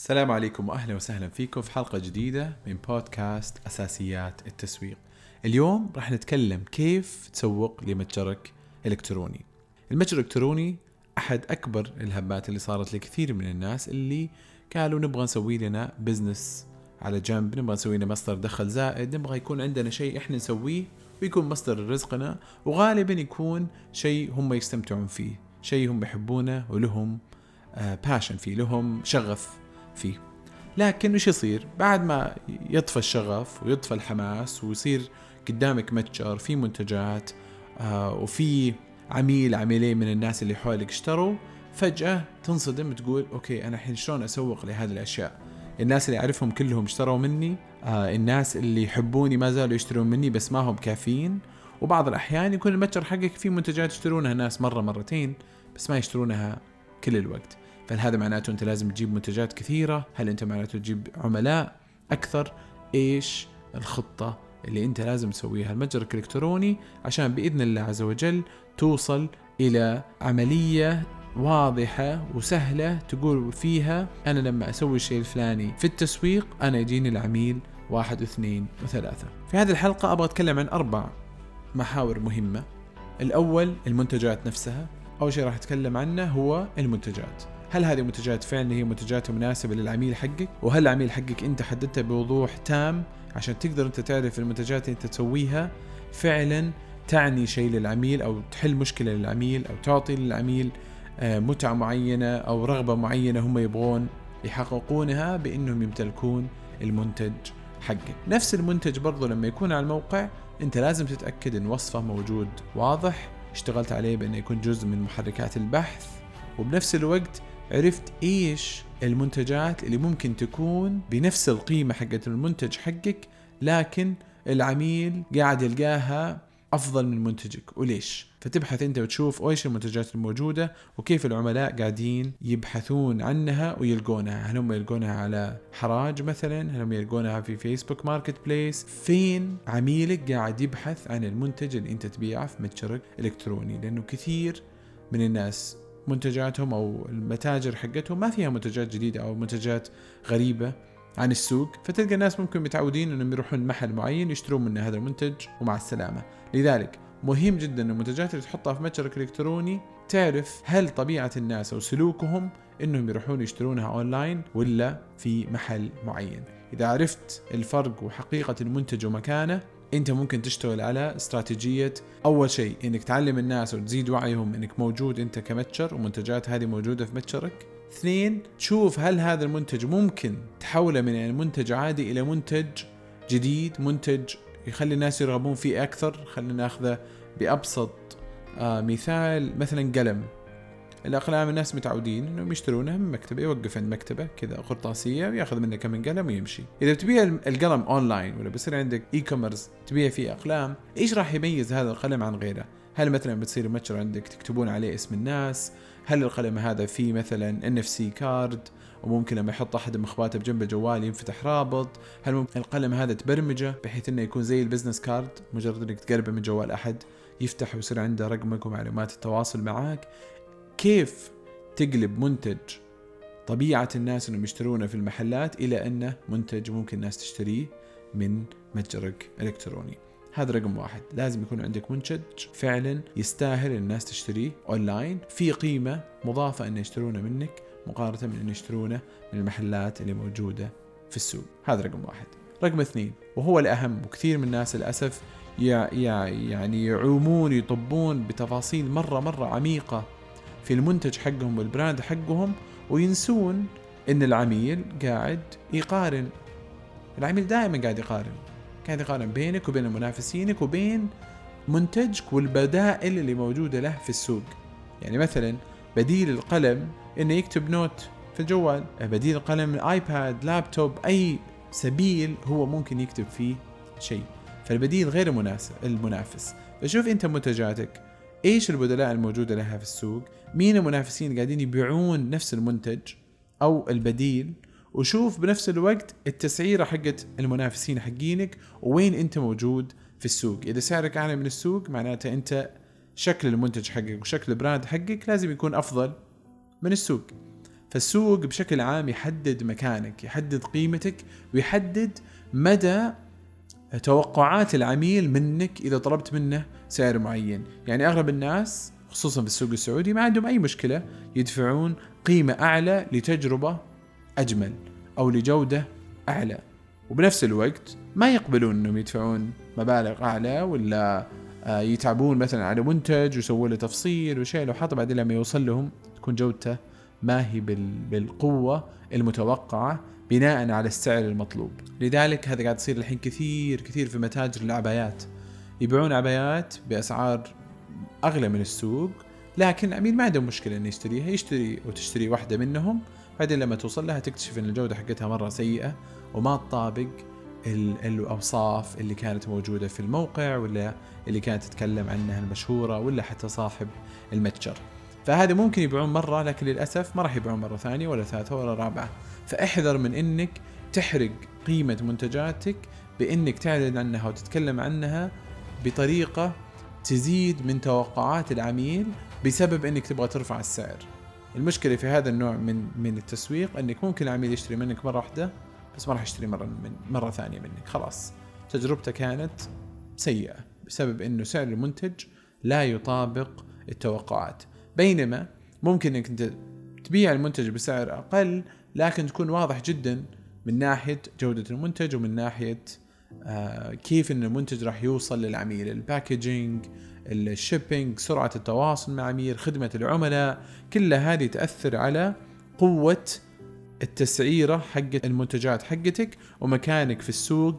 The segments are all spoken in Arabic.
السلام عليكم وأهلا وسهلا فيكم في حلقة جديدة من بودكاست أساسيات التسويق. اليوم راح نتكلم كيف تسوق لمتجرك إلكتروني. المتجر الإلكتروني أحد أكبر الهبات اللي صارت لكثير من الناس اللي قالوا نبغى نسوي لنا بزنس على جنب، نبغى نسوي لنا مصدر دخل زائد، نبغى يكون عندنا شيء إحنا نسويه ويكون مصدر رزقنا، وغالبا يكون شيء هم يستمتعون فيه، شيء هم يحبونه ولهم باشن فيه، لهم شغف فيه. لكن وش يصير بعد ما يطفى الشغف ويطفى الحماس ويصير قدامك متجر في منتجات وفي عميلين من الناس اللي حولك اشتروا، فجأة تنصدم تقول اوكي انا الحين شلون اسوق لهذه الاشياء؟ الناس اللي اعرفهم كلهم اشتروا مني، الناس اللي يحبوني ما زالوا يشترون مني بس ما هم كافيين، وبعض الاحيان يكون المتجر حقك فيه منتجات يشترونها ناس مرة مرتين بس ما يشترونها كل الوقت. فهذا معناته أنت لازم تجيب منتجات كثيرة؟ هل أنت معناته تجيب عملاء أكثر؟ إيش الخطة اللي أنت لازم تسويها المتجر الإلكتروني عشان بإذن الله عز وجل توصل إلى عملية واضحة وسهلة تقول فيها أنا لما أسوي الشيء الفلاني في التسويق أنا يجيني العميل 1 و2 و3. في هذه الحلقة أبغى أتكلم عن 4 محاور مهمة. الأول المنتجات نفسها. أول شيء راح أتكلم عنه هو المنتجات. هل هذه المنتجات فعلا هي منتجات مناسبة للعميل حقك؟ وهل العميل حقك أنت حددتها بوضوح تام عشان تقدر أنت تعرف المنتجات اللي أنت تسويها فعلا تعني شيء للعميل أو تحل مشكلة للعميل أو تعطي للعميل متعة معينة أو رغبة معينة هم يبغون يحققونها بأنهم يمتلكون المنتج حقك. نفس المنتج برضو لما يكون على الموقع أنت لازم تتأكد أن وصفه موجود واضح، اشتغلت عليه بأنه يكون جزء من محركات البحث، وبنفس الوقت عرفت إيش المنتجات اللي ممكن تكون بنفس القيمة حقت المنتج حقك لكن العميل قاعد يلقاها أفضل من منتجك وليش. فتبحث أنت وتشوف إيش المنتجات الموجودة وكيف العملاء قاعدين يبحثون عنها ويلقونها. هل هم يلقونها على حراج مثلا؟ هل هم يلقونها في فيسبوك ماركت بليس؟ فين عميلك قاعد يبحث عن المنتج اللي أنت تبيعه في متجرك الإلكتروني؟ لأنه كثير من الناس منتجاتهم أو المتاجر حقتهم ما فيها منتجات جديدة أو منتجات غريبة عن السوق، فتلقى الناس ممكن متعودين أنهم يروحون محل معين يشترون منه هذا المنتج ومع السلامة. لذلك مهم جدا أن المنتجات اللي تحطها في متجرك الإلكتروني تعرف هل طبيعة الناس أو سلوكهم أنهم يروحون يشترونها أونلاين ولا في محل معين. إذا عرفت الفرق وحقيقة المنتج ومكانه انت ممكن تشتغل على استراتيجية اول شيء انك تعلم الناس وتزيد وعيهم انك موجود انت كمتجر ومنتجات هذه موجودة في متجرك. 2 تشوف هل هذا المنتج ممكن تحوله من منتج عادي الى منتج جديد، منتج يخلي الناس يرغبون فيه اكثر. خلينا ناخذه بابسط مثال، مثلا قلم. الأقلام الناس متعودين إنهم يشترونها من مكتبة، يوقف عند مكتبة كذا قرطاسية ويأخذ منه كم قلم ويمشي. إذا بتبيع القلم أونلاين ولا بيصير عندك إي كوميرس تبيع فيه أقلام، إيش راح يميز هذا القلم عن غيره؟ هل مثلا بتصير المتجر عندك تكتبون عليه اسم الناس؟ هل القلم هذا فيه مثلا NFC كارد وممكن لما يحط أحد من إخواته بجنب الجوال ينفتح رابط؟ هل ممكن القلم هذا تبرمجه بحيث إنه يكون زي البزنس كارد، مجرد إنك تقربه من جوال أحد يفتح ويصير عنده رقمك ومعلومات التواصل معك؟ كيف تقلب منتج طبيعة الناس انهم يشترونه في المحلات الى انه منتج ممكن الناس تشتريه من متجرك الإلكتروني؟ هذا رقم 1. لازم يكون عندك منتج فعلا يستاهل الناس تشتريه اونلاين، في قيمة مضافة ان يشترونه منك مقارنة من ان يشترونه من المحلات اللي موجودة في السوق. هذا رقم 1. رقم 2 وهو الأهم، وكثير من الناس للأسف يعني يعومون يطبون بتفاصيل مرة عميقة في المنتج حقهم والبراند حقهم وينسون ان العميل قاعد يقارن. العميل دائما قاعد يقارن بينك وبين منافسينك وبين منتجك والبدائل اللي موجودة له في السوق. يعني مثلا بديل القلم انه يكتب نوت في الجوال، بديل القلم الايباد، لابتوب، اي سبيل هو ممكن يكتب فيه شيء، فالبديل غير المنافس. فشوف انت منتجاتك ايش البدلاء الموجودة لها في السوق، مين المنافسين قاعدين يبيعون نفس المنتج او البديل، وشوف بنفس الوقت التسعيرة حقت المنافسين حقينك ووين انت موجود في السوق. اذا سعرك اعلى من السوق معناته انت شكل المنتج حقك وشكل البراند حقك لازم يكون افضل من السوق. فالسوق بشكل عام يحدد مكانك، يحدد قيمتك، ويحدد مدى توقعات العميل منك إذا طلبت منه سعر معين. يعني أغلب الناس خصوصا في السوق السعودي ما عندهم أي مشكلة يدفعون قيمة أعلى لتجربة أجمل أو لجودة أعلى، وبنفس الوقت ما يقبلون أنهم يدفعون مبالغ أعلى ولا يتعبون مثلا على منتج ويسوون له تفصيل وشيء لو حاطه بعدين لما يوصل لهم تكون جودته ما هي بالقوة المتوقعة بناء على السعر المطلوب. لذلك هذا قاعد يصير الحين كثير في متاجر العبايات، يبيعون عبايات بأسعار أغلى من السوق، لكن العميل ما عنده مشكلة إنه يشتريها، يشتري وتشتري واحدة منهم، بعدين لما توصل لها تكتشف إن الجودة حقتها مرة سيئة وما تطابق الأوصاف اللي كانت موجودة في الموقع ولا اللي كانت تتكلم عنها المشهورة ولا حتى صاحب المتجر. فهذا ممكن يبيعون مرة، لكن للأسف ما راح يبيعون مرة ثانية ولا ثالثة ولا رابعة. فاحذر من إنك تحرق قيمة منتجاتك بإنك تعلن عنها وتتكلم عنها بطريقة تزيد من توقعات العميل بسبب إنك تبغى ترفع السعر. المشكلة في هذا النوع من التسويق إنك ممكن العميل يشتري منك مرة واحدة بس ما راح يشتري مرة ثانية منك، خلاص تجربته كانت سيئة بسبب إنه سعر المنتج لا يطابق التوقعات. بينما ممكن إنك أنت تبيع المنتج بسعر أقل لكن تكون واضح جدا من ناحية جودة المنتج ومن ناحية كيف إن المنتج راح يوصل للعميل، الباكيجينج، الشيبينج، سرعة التواصل مع العميل، خدمة العملاء، كل هذه تأثر على قوة التسعيرة حق المنتجات حقتك ومكانك في السوق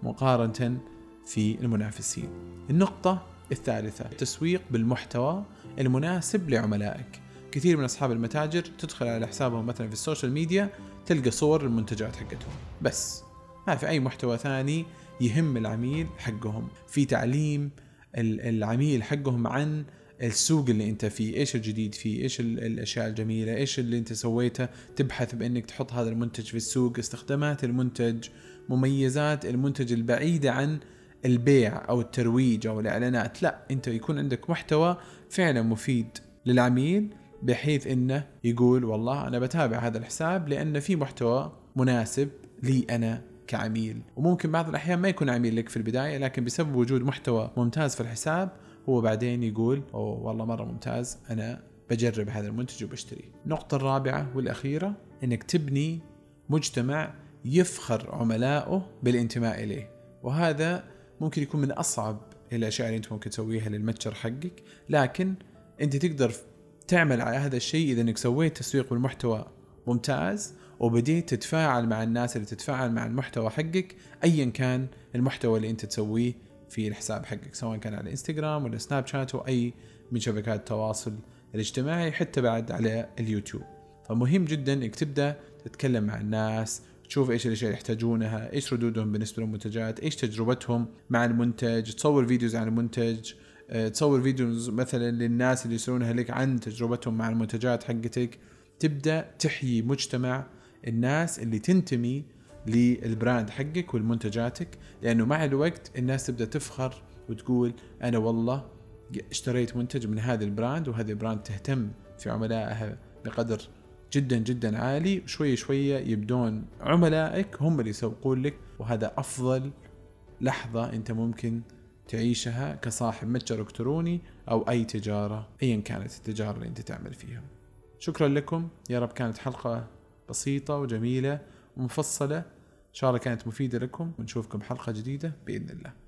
مقارنة في المنافسين. النقطة الثالثة التسويق بالمحتوى المناسب لعملائك. كثير من أصحاب المتاجر تدخل على حسابهم مثلا في السوشيال ميديا تلقى صور المنتجات حقتهم بس، ما في أي محتوى ثاني يهم العميل حقهم في تعليم العميل حقهم عن السوق اللي انت فيه، ايش الجديد فيه، ايش الاشياء الجميلة، ايش اللي انت سويته، تبحث بانك تحط هذا المنتج في السوق، استخدامات المنتج، مميزات المنتج البعيدة عن البيع او الترويج او الاعلانات. لا، انت يكون عندك محتوى فعلا مفيد للعميل بحيث انه يقول والله انا بتابع هذا الحساب لان في محتوى مناسب لي انا كعميل. وممكن بعض الاحيان ما يكون عميل لك في البداية، لكن بسبب وجود محتوى ممتاز في الحساب هو بعدين يقول أوه والله مرة ممتاز، أنا بجرب هذا المنتج وبشتري. النقطة الرابعة والأخيرة إنك تبني مجتمع يفخر عملائه بالانتماء إليه، وهذا ممكن يكون من أصعب الأشياء اللي أنت ممكن تسويها للمتجر حقك، لكن أنت تقدر تعمل على هذا الشيء إذا إنك سويت تسويق بالمحتوى ممتاز وبديت تتفاعل مع الناس اللي تتفاعل مع المحتوى حقك أيا كان المحتوى اللي أنت تسويه في الحساب حقك، سواء كان على انستغرام ولا سناب شات أي من شبكات التواصل الاجتماعي، حتى بعد على اليوتيوب. فمهم جدا انك تبدأ تتكلم مع الناس، تشوف ايش الاشياء اللي يحتاجونها، ايش ردودهم بالنسبة للمنتجات، ايش تجربتهم مع المنتج، تصور فيديوز عن المنتج، تصور فيديوز مثلا للناس اللي يسوونها لك عن تجربتهم مع المنتجات حقتك. تبدأ تحيي مجتمع الناس اللي تنتمي للبراند حقك والمنتجاتك، لأنه مع الوقت الناس تبدأ تفخر وتقول أنا والله اشتريت منتج من هذا البراند، وهذا البراند تهتم في عملائها بقدر جدا جدا عالي، وشوية شوية يبدون عملائك هم اللي يسوقون لك. وهذا أفضل لحظة أنت ممكن تعيشها كصاحب متجر إلكتروني أو أي تجارة أيا كانت التجارة اللي أنت تعمل فيها. شكرا لكم، يا رب كانت حلقة بسيطة وجميلة ومفصلة، إن شاء الله كانت مفيدة لكم، ونشوفكم حلقة جديدة بإذن الله.